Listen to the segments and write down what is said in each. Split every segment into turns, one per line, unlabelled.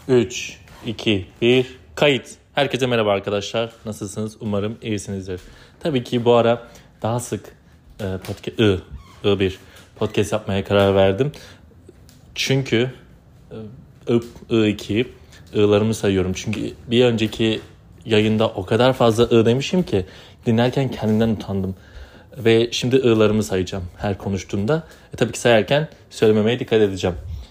3, 2, 1, kayıt. Herkese merhaba arkadaşlar. Nasılsınız? Umarım iyisinizdir. Tabii ki bu ara daha sık podcast yapmaya karar verdim. Çünkü I2, I'larımı sayıyorum. Çünkü bir önceki yayında o kadar fazla I demişim ki dinlerken kendimden utandım. Ve şimdi I'larımı sayacağım her konuştuğumda. Tabii ki sayarken söylememeye dikkat edeceğim.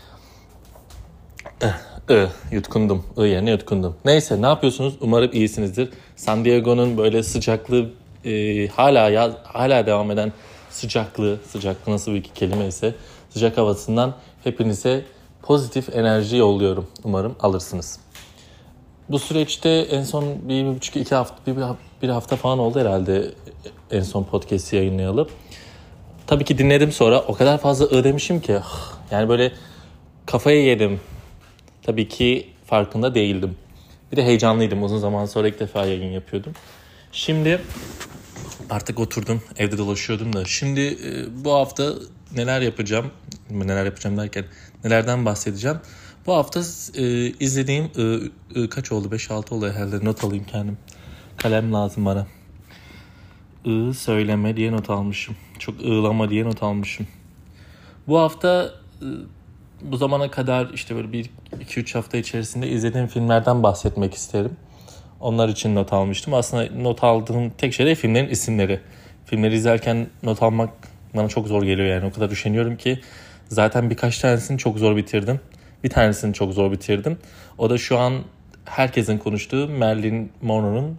Yutkundum. Yerine yutkundum. Neyse, ne yapıyorsunuz? Umarım iyisinizdir. San Diego'nun böyle sıcaklığı hala devam eden sıcaklığı nasıl bir kelime ise sıcak havasından hepinize pozitif enerji yolluyorum. Umarım alırsınız. Bu süreçte en son bir hafta falan oldu herhalde en son podcast'i yayınlayalım. Tabii ki dinledim sonra o kadar fazla demişim ki yani böyle kafayı yedim. Tabii ki farkında değildim. Bir de heyecanlıydım. Uzun zaman sonra ilk defa yayın yapıyordum. Şimdi artık oturdum. Evde dolaşıyordum da. Şimdi bu hafta neler yapacağım derken nelerden bahsedeceğim. Bu hafta izlediğim kaç oldu? 5-6 oldu herhalde. Not alayım kendim. Kalem lazım bana. Söyleme diye not almışım. Çok ığlama diye not almışım. Bu hafta bu zamana kadar işte böyle 1-2-3 hafta içerisinde izlediğim filmlerden bahsetmek isterim. Onlar için not almıştım. Aslında not aldığım tek şey de filmlerin isimleri. Filmleri izlerken not almak bana çok zor geliyor yani. O kadar üşeniyorum ki zaten birkaç tanesini çok zor bitirdim. Bir tanesini çok zor bitirdim. O da şu an herkesin konuştuğu Marilyn Monroe'nun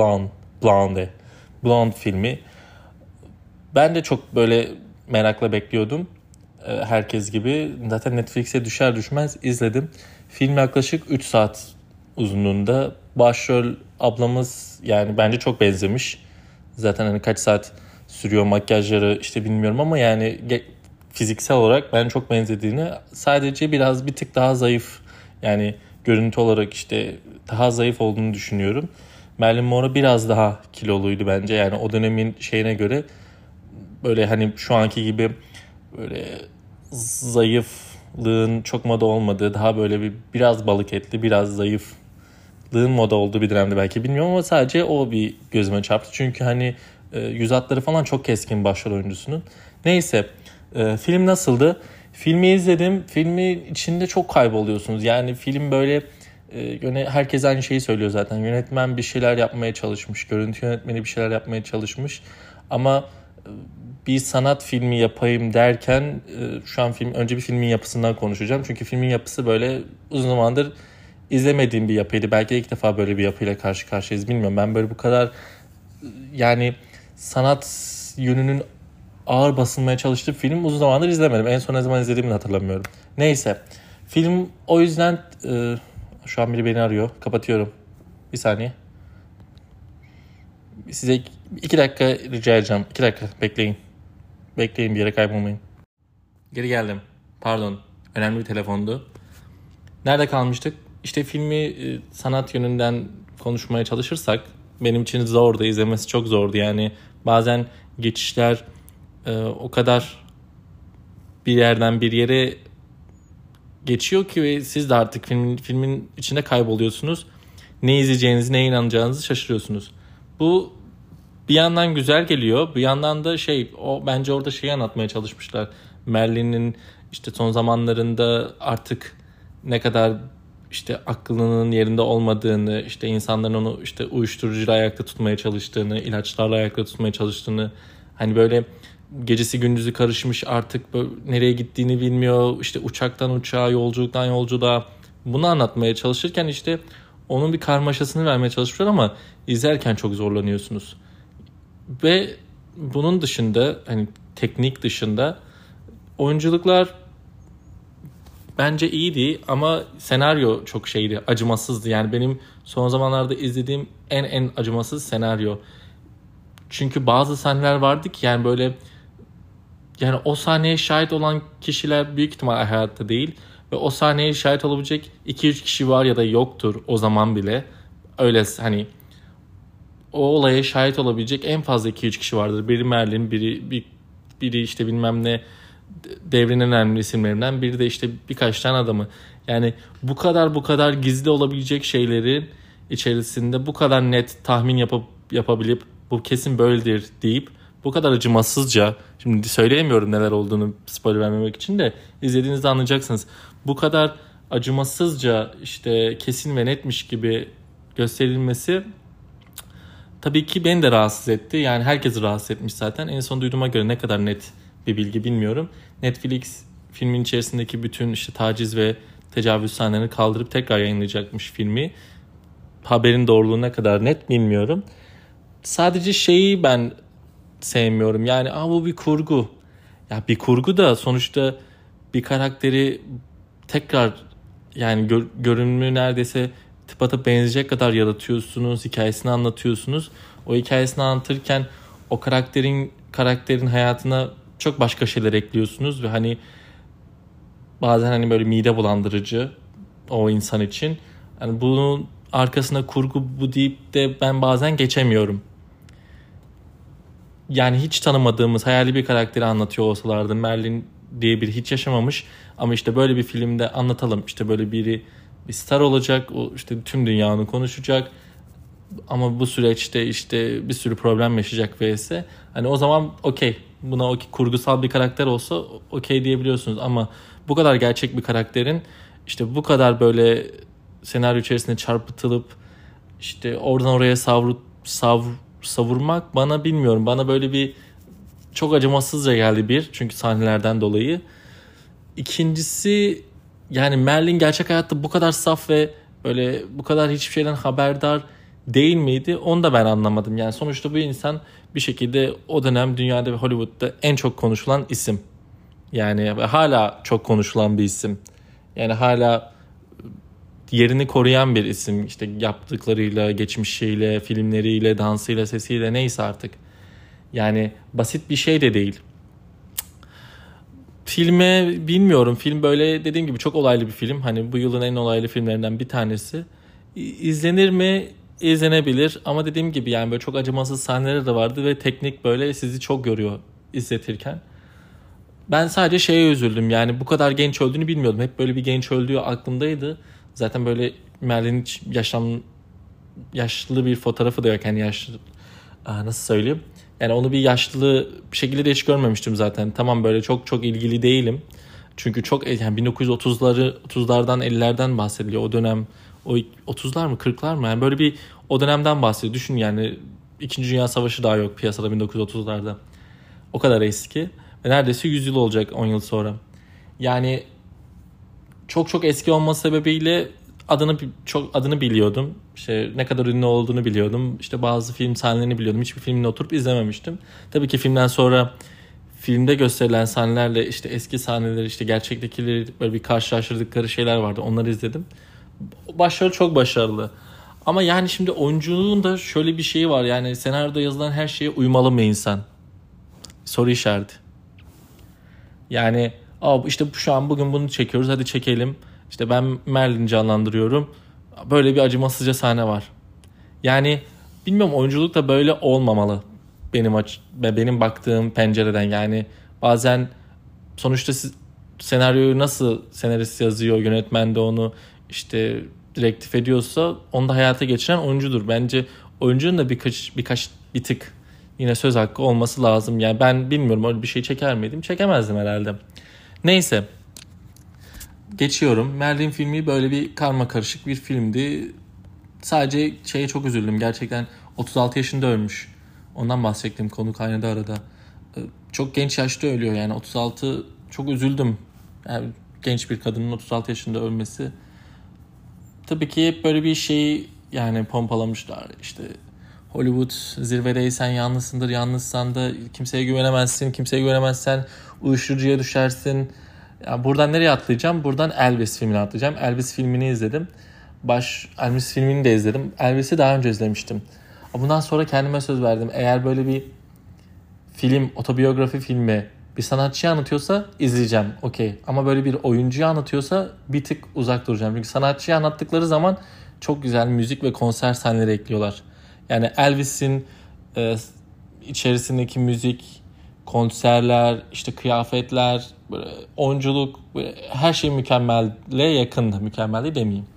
Blonde filmi. Ben de çok böyle merakla bekliyordum. Herkes gibi. Zaten Netflix'e düşer düşmez izledim. Film yaklaşık 3 saat uzunluğunda. Başrol ablamız yani bence çok benzemiş. Zaten hani kaç saat sürüyor makyajları işte bilmiyorum ama yani fiziksel olarak ben çok benzediğini, sadece bir tık daha zayıf, yani görüntü olarak işte daha zayıf olduğunu düşünüyorum. Marilyn Monroe biraz daha kiloluydu bence, yani o dönemin şeyine göre böyle hani şu anki gibi böyle zayıflığın çok moda olmadığı, daha böyle biraz balık etli, biraz zayıflığın moda olduğu bir dönemde belki, bilmiyorum ama sadece o bir gözüme çarptı. Çünkü hani yüz hatları falan çok keskin başrol oyuncusunun. Neyse, film nasıldı? Filmi izledim. Filmin içinde çok kayboluyorsunuz. Yani film böyle herkes aynı şeyi söylüyor zaten. Yönetmen bir şeyler yapmaya çalışmış. Görüntü yönetmeni bir şeyler yapmaya çalışmış. Ama bir sanat filmi yapayım derken şu an önce bir filmin yapısından konuşacağım. Çünkü filmin yapısı böyle uzun zamandır izlemediğim bir yapıydı. Belki ilk defa böyle bir yapıyla karşı karşıyayız, bilmiyorum. Ben böyle bu kadar yani sanat yönünün ağır basılmaya çalıştığı film uzun zamandır izlemedim. En son ne zaman izlediğimi hatırlamıyorum. Neyse. Film o yüzden şu an biri beni arıyor. Kapatıyorum. Bir saniye. Size 2 dakika rica edeceğim. 2 dakika bekleyin. Bekleyin, bir yere kaybolmayın. Geri geldim. Pardon. Önemli bir telefondu. Nerede kalmıştık? İşte filmi sanat yönünden konuşmaya çalışırsak benim için zordu. İzlemesi çok zordu. Yani bazen geçişler o kadar bir yerden bir yere geçiyor ki ve siz de artık filmin içinde kayboluyorsunuz. Ne izleyeceğinizi, neye inanacağınızı şaşırıyorsunuz. Bu bir yandan güzel geliyor. Bir yandan da bence orada şeyi anlatmaya çalışmışlar. Marilyn'in işte son zamanlarında artık ne kadar işte aklının yerinde olmadığını, işte insanların onu işte uyuşturucuyla ayakta tutmaya çalıştığını, ilaçlarla ayakta tutmaya çalıştığını, hani böyle gecesi gündüzü karışmış, artık böyle nereye gittiğini bilmiyor, işte uçaktan uçağa, yolculuktan yolculuğa, bunu anlatmaya çalışırken işte onun bir karmaşasını vermeye çalışıyorlar ama izlerken çok zorlanıyorsunuz. Ve bunun dışında, hani teknik dışında oyunculuklar bence iyiydi ama senaryo çok acımasızdı. Yani benim son zamanlarda izlediğim en acımasız senaryo. Çünkü bazı sahneler vardı ki yani böyle, yani o sahneye şahit olan kişiler büyük ihtimal hayatta değil ve o sahneye şahit olabilecek 2-3 kişi var ya da yoktur o zaman bile. Öyle hani o olaya şahit olabilecek en fazla 2-3 kişi vardır. Biri Merlin, biri işte bilmem ne devrin en önemli isimlerinden, biri de işte birkaç tane adamı. Yani bu kadar gizli olabilecek şeylerin içerisinde bu kadar net tahmin yapabilip bu kesin böyledir deyip bu kadar acımasızca, şimdi söyleyemiyorum neler olduğunu spoiler vermemek için de izlediğinizde anlayacaksınız. Bu kadar acımasızca işte kesin ve netmiş gibi gösterilmesi tabii ki beni de rahatsız etti. Yani herkesi rahatsız etmiş zaten. En son duyduğuma göre ne kadar net bir bilgi bilmiyorum. Netflix filmin içerisindeki bütün işte taciz ve tecavüz sahnelerini kaldırıp tekrar yayınlayacakmış filmi. Haberin doğruluğu ne kadar net bilmiyorum. Sadece şeyi ben sevmiyorum. Yani bu bir kurgu. Ya bir kurgu da sonuçta bir karakteri tekrar yani görünümü neredeyse tıpatıp benzeyecek kadar yaratıyorsunuz. Hikayesini anlatıyorsunuz. O hikayesini anlatırken o karakterin hayatına çok başka şeyler ekliyorsunuz ve hani bazen hani böyle mide bulandırıcı o insan için. Yani bunun arkasına kurgu bu deyip de ben bazen geçemiyorum. Yani hiç tanımadığımız hayali bir karakteri anlatıyor olsalardı, Merlin diye biri hiç yaşamamış ama işte böyle bir filmde anlatalım, işte böyle biri bir star olacak, o işte tüm dünya onu konuşacak ama bu süreçte işte bir sürü problem yaşayacak vs. Hani o zaman okey, buna kurgusal bir karakter olsa okey diyebiliyorsunuz ama bu kadar gerçek bir karakterin işte bu kadar böyle senaryo içerisinde çarpıtılıp işte oradan oraya savurmak bana, bilmiyorum, bana böyle bir çok acımasızca geldi bir, çünkü sahnelerden dolayı. İkincisi, yani Merlin gerçek hayatta bu kadar saf ve böyle bu kadar hiçbir şeyden haberdar değil miydi? Onu da ben anlamadım. Yani sonuçta bu insan bir şekilde o dönem dünyada ve Hollywood'da en çok konuşulan isim. Yani hala çok konuşulan bir isim. Yani hala yerini koruyan bir isim. İşte yaptıklarıyla, geçmişiyle, filmleriyle, dansıyla, sesiyle, neyse artık. Yani basit bir şey de değil. Filme bilmiyorum. Film böyle dediğim gibi çok olaylı bir film. Hani bu yılın en olaylı filmlerinden bir tanesi. İzlenir mi? İzlenebilir. Ama dediğim gibi yani böyle çok acımasız sahneleri de vardı ve teknik böyle sizi çok yoruyor izletirken. Ben sadece şeye üzüldüm. Yani bu kadar genç öldüğünü bilmiyordum. Hep böyle bir genç öldüğü aklımdaydı. Zaten böyle Merlin'in hiç yaşlı bir fotoğrafı da yok. Yani yaşlı, nasıl söyleyeyim? Yani onu bir yaşlı bir şekilde de hiç görmemiştim zaten. Tamam, böyle çok çok ilgili değilim. Çünkü çok yani 1930'lardan 50'lerden bahsediliyor. O dönem o 30'lar mı 40'lar mı? Yani böyle bir o dönemden bahsediyor. Düşün yani 2. Dünya Savaşı daha yok piyasada 1930'larda. O kadar eski. Ve neredeyse 100 yıl olacak 10 yıl sonra. Yani çok çok eski olması sebebiyle adını biliyordum. İşte ne kadar ünlü olduğunu biliyordum. İşte bazı film sahnelerini biliyordum. Hiçbir filmini oturup izlememiştim. Tabii ki filmden sonra filmde gösterilen sahnelerle işte eski sahneleri, işte gerçektekileri böyle bir karşılaştırdıkları şeyler vardı. Onları izledim. Başarılı, çok başarılı. Ama yani şimdi oyunculuğun da şöyle bir şeyi var. Yani senaryoda yazılan her şeye uymalı mı insan? Soru işareti. Yani işte şu an bugün bunu çekiyoruz, hadi çekelim. İşte ben Merlin'i canlandırıyorum. Böyle bir acımasızca sahne var. Yani bilmiyorum, oyunculuk da böyle olmamalı. Benim baktığım pencereden yani bazen sonuçta senaryoyu nasıl senarist yazıyor, yönetmen de onu işte direktif ediyorsa onu da hayata geçiren oyuncudur. Bence oyuncunun da bir tık yine söz hakkı olması lazım. Yani ben bilmiyorum, öyle bir şey çeker miydim? Çekemezdim herhalde. Neyse. Geçiyorum. Merlin filmi böyle bir karma karışık bir filmdi. Sadece şeye çok üzüldüm. Gerçekten 36 yaşında ölmüş. Ondan bahsedecektim. Konu kaynadı arada. Çok genç yaşta ölüyor yani 36. Çok üzüldüm. Yani genç bir kadının 36 yaşında ölmesi. Tabii ki hep böyle bir şey yani pompalamışlar. İşte Hollywood zirvedeysen yalnızsındır. Yalnızsan da kimseye güvenemezsin. Kimseye güvenemezsen uyuşturucuya düşersin. Yani buradan nereye atlayacağım? Buradan Elvis filmine atlayacağım. Elvis filmini izledim. Elvis filmini de izledim. Elvis'i daha önce izlemiştim. Bundan sonra kendime söz verdim. Eğer böyle bir film, otobiyografi filmi bir sanatçıyı anlatıyorsa izleyeceğim. Okey. Ama böyle bir oyuncuyu anlatıyorsa bir tık uzak duracağım. Çünkü sanatçıyı anlattıkları zaman çok güzel müzik ve konser sahneleri ekliyorlar. Yani Elvis'in içerisindeki müzik konserler, işte kıyafetler, böyle oyunculuk, böyle her şey mükemmelle yakındı. Mükemmel de demeyeyim.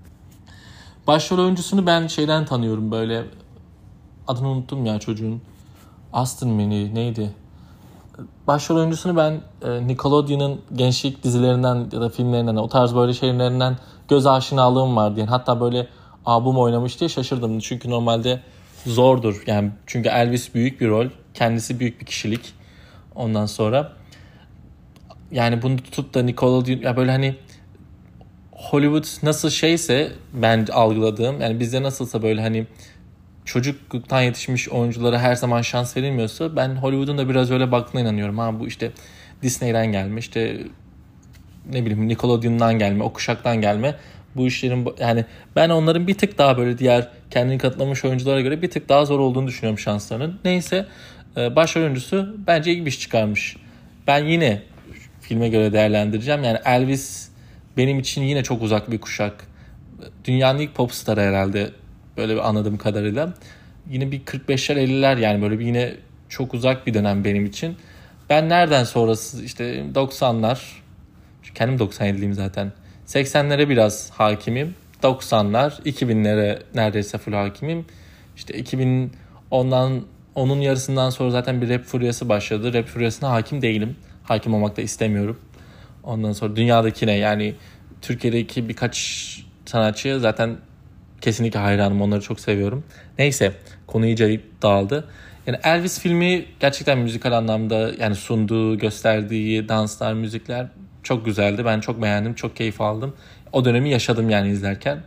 Başrol oyuncusunu ben şeyden tanıyorum böyle. Adını unuttum ya çocuğun. Aston mı neydi? Başrol oyuncusunu ben Nickelodeon'un gençlik dizilerinden ya da filmlerinden, o tarz böyle şeylerinden göz aşinalığım vardı. Yani hatta böyle abim oynamış diye şaşırdım. Çünkü normalde zordur. Yani çünkü Elvis büyük bir rol. Kendisi büyük bir kişilik. Ondan sonra yani bunu tutup da Nickelodeon ya böyle hani Hollywood nasıl şeyse ben algıladığım, yani bizde nasılsa böyle hani çocukluktan yetişmiş oyunculara her zaman şans verilmiyorsa ben Hollywood'un da biraz öyle baktığına inanıyorum. Ha bu işte Disney'den gelme, işte ne bileyim Nickelodeon'dan gelme, o kuşaktan gelme. Bu işlerin yani ben onların bir tık daha böyle diğer kendini kanıtlamış oyunculara göre bir tık daha zor olduğunu düşünüyorum şanslarının. Neyse başrol oyuncusu bence iyi bir iş çıkarmış. Ben yine filme göre değerlendireceğim. Yani Elvis benim için yine çok uzak bir kuşak. Dünyanın ilk popstarı herhalde böyle bir anladığım kadarıyla. Yine bir 45'ler 50'ler yani böyle bir yine çok uzak bir dönem benim için. Ben nereden sonrası işte 90'lar, kendim 97'liyim zaten. 80'lere biraz hakimim. 90'lar, 2000'lere neredeyse full hakimim. İşte 2000 ondan onun yarısından sonra zaten bir rap furyası başladı. Rap furyasına hakim değilim. Hakim olmak da istemiyorum. Ondan sonra dünyadakine yani Türkiye'deki birkaç sanatçıya zaten kesinlikle hayranım. Onları çok seviyorum. Neyse konu iyice dağıldı. Yani Elvis filmi gerçekten müzikal anlamda yani sunduğu, gösterdiği danslar, müzikler çok güzeldi. Ben çok beğendim, çok keyif aldım. O dönemi yaşadım yani izlerken.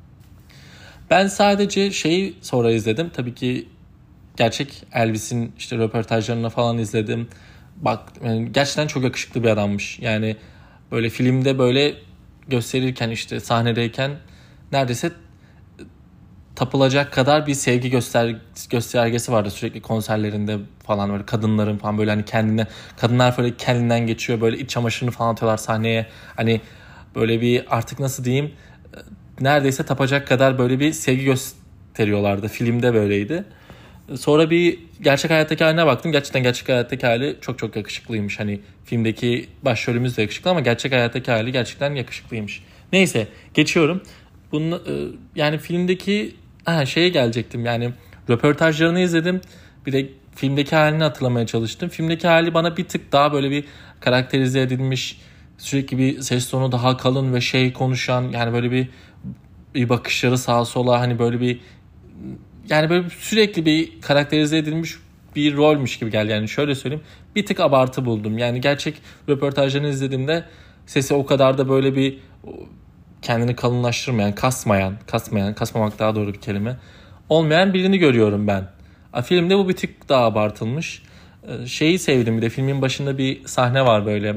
Ben sadece şeyi sonra izledim. Tabii ki gerçek Elvis'in işte röportajlarını falan izledim. Bak yani gerçekten çok yakışıklı bir adammış. Yani böyle filmde böyle gösterirken işte sahnedeyken neredeyse tapılacak kadar bir sevgi göstergesi vardı sürekli konserlerinde falan, böyle kadınların falan böyle hani kendine, kadınlar böyle kendinden geçiyor, böyle iç çamaşırını falan atıyorlar sahneye, hani böyle bir artık nasıl diyeyim neredeyse tapacak kadar böyle bir sevgi gösteriyorlardı, filmde böyleydi. Sonra bir gerçek hayattaki haline baktım. Gerçekten gerçek hayattaki hali çok çok yakışıklıymış. Hani filmdeki başrolümüz de yakışıklı ama gerçek hayattaki hali gerçekten yakışıklıymış. Neyse geçiyorum. Yani filmdeki şeye gelecektim. Yani röportajlarını izledim. Bir de filmdeki halini hatırlamaya çalıştım. Filmdeki hali bana bir tık daha böyle bir karakterize edilmiş, sürekli bir ses tonu daha kalın ve şey konuşan, yani böyle bir bakışları sağa sola, hani böyle bir yani böyle sürekli bir karakterize edilmiş bir rolmüş gibi geldi. Yani şöyle söyleyeyim, bir tık abartı buldum. Yani gerçek röportajlarını izlediğimde sesi o kadar da böyle bir kendini kalınlaştırmayan, kasmamak daha doğru bir kelime, olmayan birini görüyorum ben. Filmde bu bir tık daha abartılmış. Şeyi sevdim, bir de filmin başında bir sahne var böyle.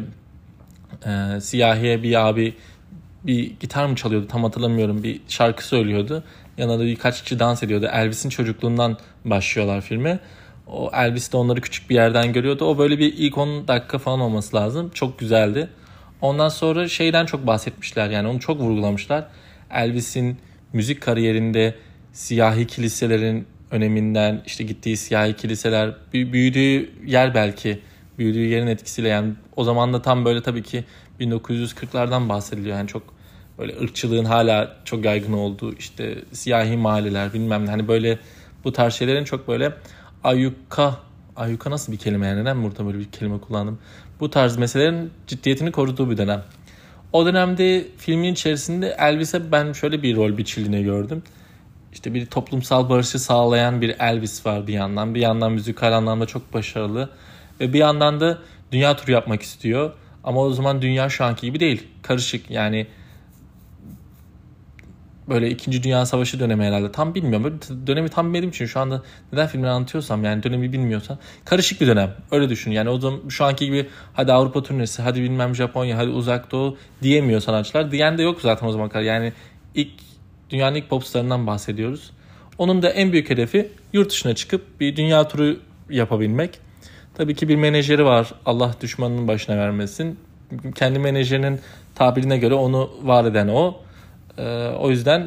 Siyahi bir abi bir gitar mı çalıyordu tam hatırlamıyorum, bir şarkı söylüyordu. Yanında da birkaç kişi dans ediyordu. Elvis'in çocukluğundan başlıyorlar filme. O Elvis de onları küçük bir yerden görüyordu. O böyle bir ilk 10 dakika falan olması lazım. Çok güzeldi. Ondan sonra şeyden çok bahsetmişler, yani onu çok vurgulamışlar. Elvis'in müzik kariyerinde siyahi kiliselerin öneminden, işte gittiği siyahi kiliseler, büyüdüğü yer, belki büyüdüğü yerin etkisiyle, yani o zaman da tam böyle tabii ki 1940'lardan bahsediliyor. Yani çok böyle ırkçılığın hala çok yaygın olduğu, işte siyahi mahalleler bilmem ne, hani böyle bu tarz şeylerin çok böyle ayyuka nasıl bir kelime, yani neden burada böyle bir kelime kullandım? Bu tarz meselelerin ciddiyetini koruduğu bir dönem. O dönemde filmin içerisinde Elvis'e ben şöyle bir rol biçildiğini gördüm. İşte bir toplumsal barışı sağlayan bir Elvis var bir yandan. Bir yandan müzikal anlamda çok başarılı. Ve bir yandan da dünya turu yapmak istiyor. Ama o zaman dünya şu anki gibi değil. Karışık yani, böyle 2. Dünya Savaşı dönemi herhalde. Tam bilmiyorum. Böyle dönemi tam bilmediğim için şu anda neden filmleri anlatıyorsam, yani dönemi bilmiyorsam, karışık bir dönem. Öyle düşün. Yani o zaman şu anki gibi hadi Avrupa turnesi, hadi bilmem Japonya, hadi Uzak Doğu diyemiyor sanatçılar. Diyen de yok zaten o zaman kadar. Yani dünyanın ilk popstarından bahsediyoruz. Onun da en büyük hedefi yurt dışına çıkıp bir dünya turu yapabilmek. Tabii ki bir menajeri var. Allah düşmanının başına vermesin. Kendi menajerinin tabirine göre onu var eden o. O yüzden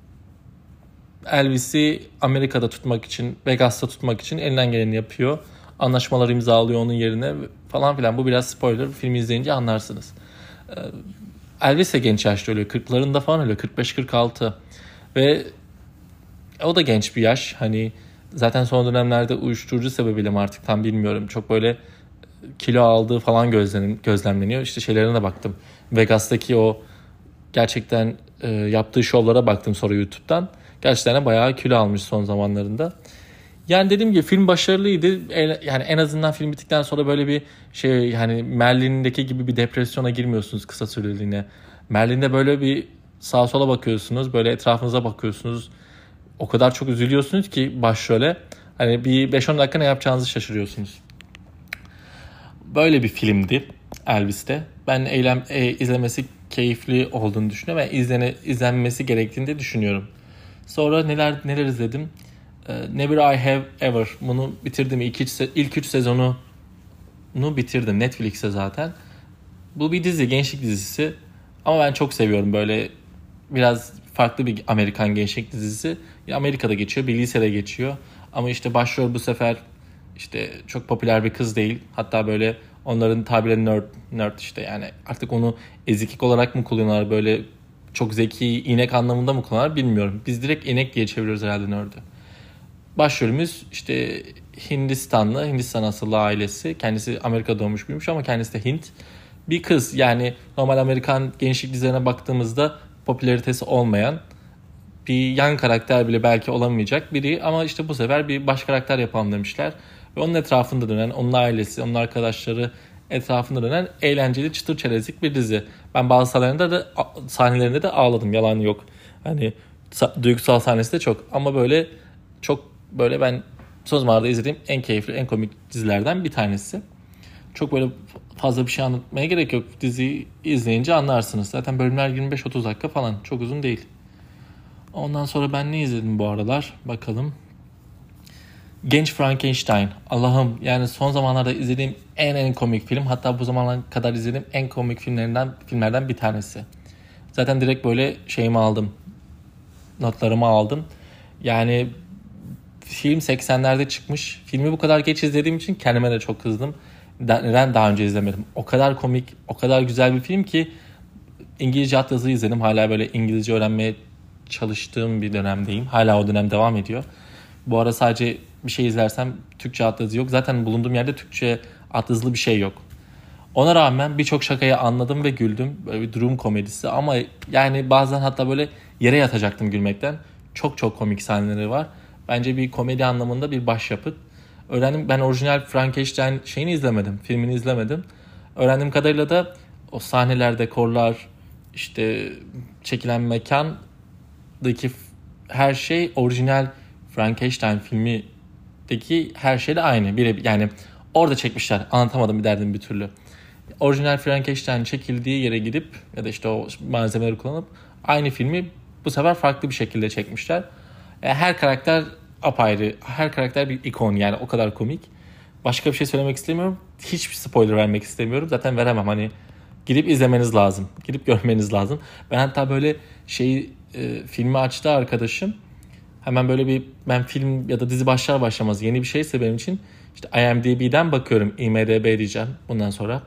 Elvis'i Amerika'da tutmak için, Vegas'ta tutmak için elinden geleni yapıyor. anlaşmalar imzalıyor onun yerine falan filan. Bu biraz spoiler. Filmi izleyince anlarsınız. Elvis de genç yaşta ölüyor. 40'larında falan ölüyor. 45-46. Ve o da genç bir yaş. Hani zaten son dönemlerde uyuşturucu sebebiyle mi artık tam bilmiyorum. Çok böyle kilo aldığı falan gözlemleniyor. İşte şeylerine de baktım. Vegas'taki o gerçekten yaptığı şovlara baktım sonra YouTube'dan. Gerçekten bayağı kilo almış son zamanlarında. Yani dediğim gibi film başarılıydı. Yani en azından film bittikten sonra böyle bir şey, hani Merlin'deki gibi bir depresyona girmiyorsunuz kısa süreliğine. Merlin'de böyle bir sağa sola bakıyorsunuz. Böyle etrafınıza bakıyorsunuz. O kadar çok üzülüyorsunuz ki başrole. Hani bir 5-10 dakika ne yapacağınızı şaşırıyorsunuz. Böyle bir filmdi Elvis'te. Ben izlemesi keyifli olduğunu düşünüyorum ve izlenmesi gerektiğini de düşünüyorum. Sonra neler izledim? Never I Have Ever. Bunu bitirdim. İlk 3 sezonunu bitirdim. Netflix'te zaten. Bu bir dizi, gençlik dizisi. Ama ben çok seviyorum böyle biraz farklı bir Amerikan gençlik dizisi. Amerika'da geçiyor, bir lisede geçiyor. Ama işte başrol bu sefer işte çok popüler bir kız değil. Hatta böyle onların tabiriyle nerd işte, yani artık onu eziklik olarak mı kullanıyorlar, böyle çok zeki, inek anlamında mı kullanıyorlar bilmiyorum. Biz direkt inek diye çeviriyoruz herhalde nerd'ü. Başrolümüz işte Hindistan asıllı ailesi. Kendisi Amerika'da doğmuş büyümüş ama kendisi de Hint. Bir kız, yani normal Amerikan gençlik dizilerine baktığımızda popülaritesi olmayan, bir yan karakter bile belki olamayacak biri ama işte bu sefer bir baş karakter yapalım demişler. Ve onun etrafında dönen, onun ailesi, onun arkadaşları etrafında dönen eğlenceli, çıtır çerezlik bir dizi. Ben bazı sahnelerinde de ağladım, yalan yok. Hani duygusal sahnesi de çok ama böyle çok böyle ben son zamanlarda izlediğim en keyifli, en komik dizilerden bir tanesi. Çok böyle fazla bir şey anlatmaya gerek yok. Diziyi izleyince anlarsınız. Zaten bölümler 25-30 dakika falan. Çok uzun değil. Ondan sonra ben ne izledim bu aralar? Bakalım. Genç Frankenstein. Allah'ım, yani son zamanlarda izlediğim en komik film. Hatta bu zamana kadar izlediğim en komik filmlerden bir tanesi. Zaten direkt böyle şeyimi aldım. Notlarımı aldım. Yani film 80'lerde çıkmış. Filmi bu kadar geç izlediğim için kendime de çok kızdım. Neden daha önce izlemedim? O kadar komik, o kadar güzel bir film ki İngilizce altyazı izledim. Hala böyle İngilizce öğrenmeye çalıştığım bir dönemdeyim. Hala o dönem devam ediyor. Bu ara sadece bir şey izlersem Türkçe altyazı yok. Zaten bulunduğum yerde Türkçe altyazılı bir şey yok. Ona rağmen birçok şakayı anladım ve güldüm. Böyle bir durum komedisi ama yani bazen hatta böyle yere yatacaktım gülmekten. Çok komik sahneleri var. Bence bir komedi anlamında bir başyapıt. Öğrendim, ben orijinal Frankenstein filmini izlemedim. Öğrendiğim kadarıyla da o sahneler, dekorlar, işte çekilen mekandaki her şey orijinal Frankenstein filmindeki her şeyle aynı. Yani orada çekmişler. Anlatamadım bir derdim bir türlü. Orijinal Frankenstein çekildiği yere gidip ya da işte o malzemeleri kullanıp aynı filmi bu sefer farklı bir şekilde çekmişler. Her karakter apayrı. Her karakter bir ikon, yani o kadar komik. Başka bir şey söylemek istemiyorum. Hiçbir spoiler vermek istemiyorum. Zaten veremem. Hani gidip izlemeniz lazım. Gidip görmeniz lazım. Ben hatta böyle filmi açtı arkadaşım. Hemen böyle ben film ya da dizi başlar başlamaz yeni bir şeyse benim için işte IMDb'den bakıyorum. IMDb diyeceğim bundan sonra.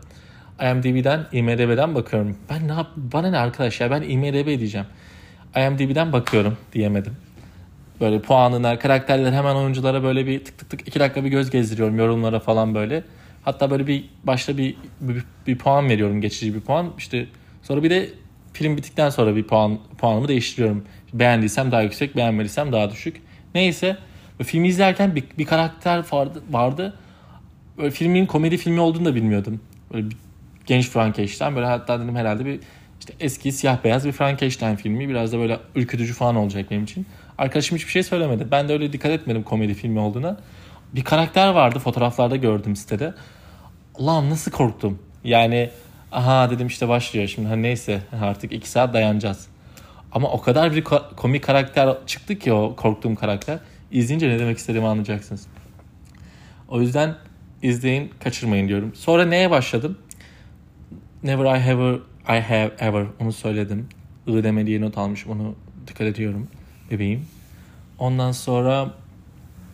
IMDb'den bakıyorum. Bana ne arkadaş ya, ben IMDb diyeceğim. IMDb'den bakıyorum diyemedim. Böyle puanına, karakterler, hemen oyunculara böyle bir tık tık tık 2 dakika bir göz gezdiriyorum, yorumlara falan böyle. Hatta böyle başta bir puan veriyorum, geçici bir puan. İşte sonra bir de film bittikten sonra puanımı değiştiriyorum. Beğendiysem daha yüksek, beğenmediysem daha düşük. Neyse, filmi izlerken bir karakter vardı. Böyle filmin komedi filmi olduğunu da bilmiyordum. Böyle bir genç Frankenstein, böyle hatta dedim herhalde bir işte eski siyah beyaz bir Frankenstein filmi, biraz da böyle ürkütücü falan olacak benim için. Arkadaşım hiçbir şey söylemedi. Ben de öyle dikkat etmedim komedi filmi olduğuna. Bir karakter vardı, fotoğraflarda gördüm sitede. Allah'ım nasıl korktum. Yani aha dedim işte başlıyor şimdi. Neyse artık 2 saat dayanacağız. Ama o kadar bir komik karakter çıktı ki o korktuğum karakter. İzleyince ne demek istediğimi anlayacaksınız. O yüzden izleyin, kaçırmayın diyorum. Sonra neye başladım? Never I have ever, onu söyledim. I deme diye not almışım, onu dikkat ediyorum bebeğim. Ondan sonra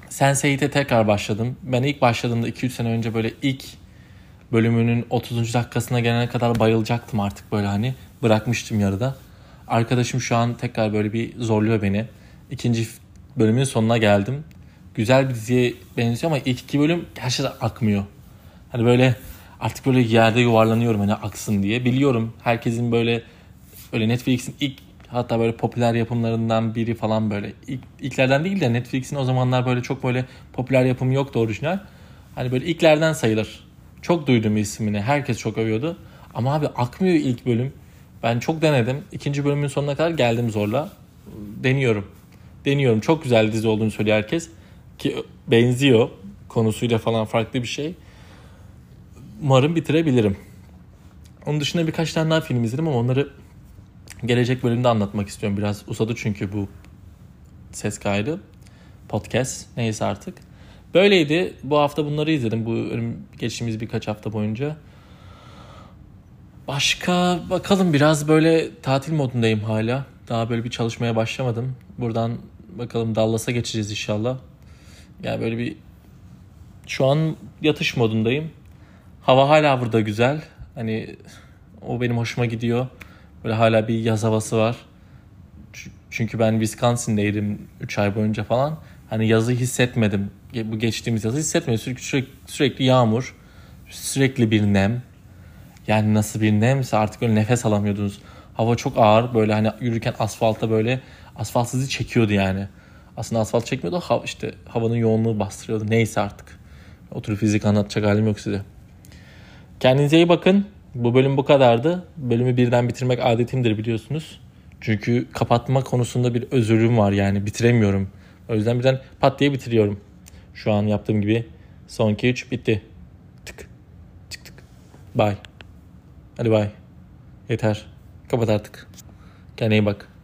Sense8'e tekrar başladım. Ben ilk başladığımda 2-3 sene önce böyle ilk bölümünün 30. dakikasına gelene kadar bayılacaktım artık böyle hani. Bırakmıştım yarıda. Arkadaşım şu an tekrar böyle bir zorluyor beni. İkinci bölümün sonuna geldim. Güzel bir diziye benziyor ama ilk 2 bölüm gerçekten akmıyor. Hani böyle artık böyle yerde yuvarlanıyorum hani aksın diye. Biliyorum herkesin böyle Netflix'in ilk hatta böyle popüler yapımlarından biri falan böyle. İlklerden değil de Netflix'in o zamanlar böyle çok böyle popüler yapımı yoktu orijinal. Hani böyle ilklerden sayılır. Çok duydum ismini. Herkes çok övüyordu. Ama abi akmıyor ilk bölüm. Ben çok denedim. İkinci bölümün sonuna kadar geldim zorla. Deniyorum. Çok güzel dizi olduğunu söylüyor herkes. Ki benziyor. Konusuyla falan farklı bir şey. Umarım bitirebilirim. Onun dışında birkaç tane daha film izledim ama onları gelecek bölümde anlatmak istiyorum. Biraz uzadı çünkü bu ses kaydı. Podcast neyse artık. Böyleydi. Bu hafta bunları izledim. Geçtiğimiz birkaç hafta boyunca. Başka bakalım biraz böyle tatil modundayım hala. Daha böyle bir çalışmaya başlamadım. Buradan bakalım Dallas'a geçeceğiz inşallah. Yani böyle bir şu an yatış modundayım. Hava hala burada güzel. Hani o benim hoşuma gidiyor. Böyle hala bir yaz havası var. Çünkü ben Wisconsin'deydim 3 ay boyunca falan. Hani yazı hissetmedim. Bu geçtiğimiz yazı hissetmedim. Sürekli yağmur. Sürekli bir nem. Yani nasıl bir nemse artık öyle nefes alamıyordunuz. Hava çok ağır. Böyle hani yürürken asfalta böyle asfalt sizi çekiyordu yani. Aslında asfalt çekmiyordu. İşte havanın yoğunluğu bastırıyordu. Neyse artık. Oturup fizik anlatacak halim yok size. Kendinize iyi bakın. Bu bölüm bu kadardı. Bölümü birden bitirmek adetimdir biliyorsunuz. Çünkü kapatma konusunda bir özürüm var yani bitiremiyorum. O yüzden birden pat diye bitiriyorum. Şu an yaptığım gibi. Son 2-3 bitti. Tık. Tık tık. Bye. Hadi bye. Yeter. Kapat artık. Kendine iyi bak.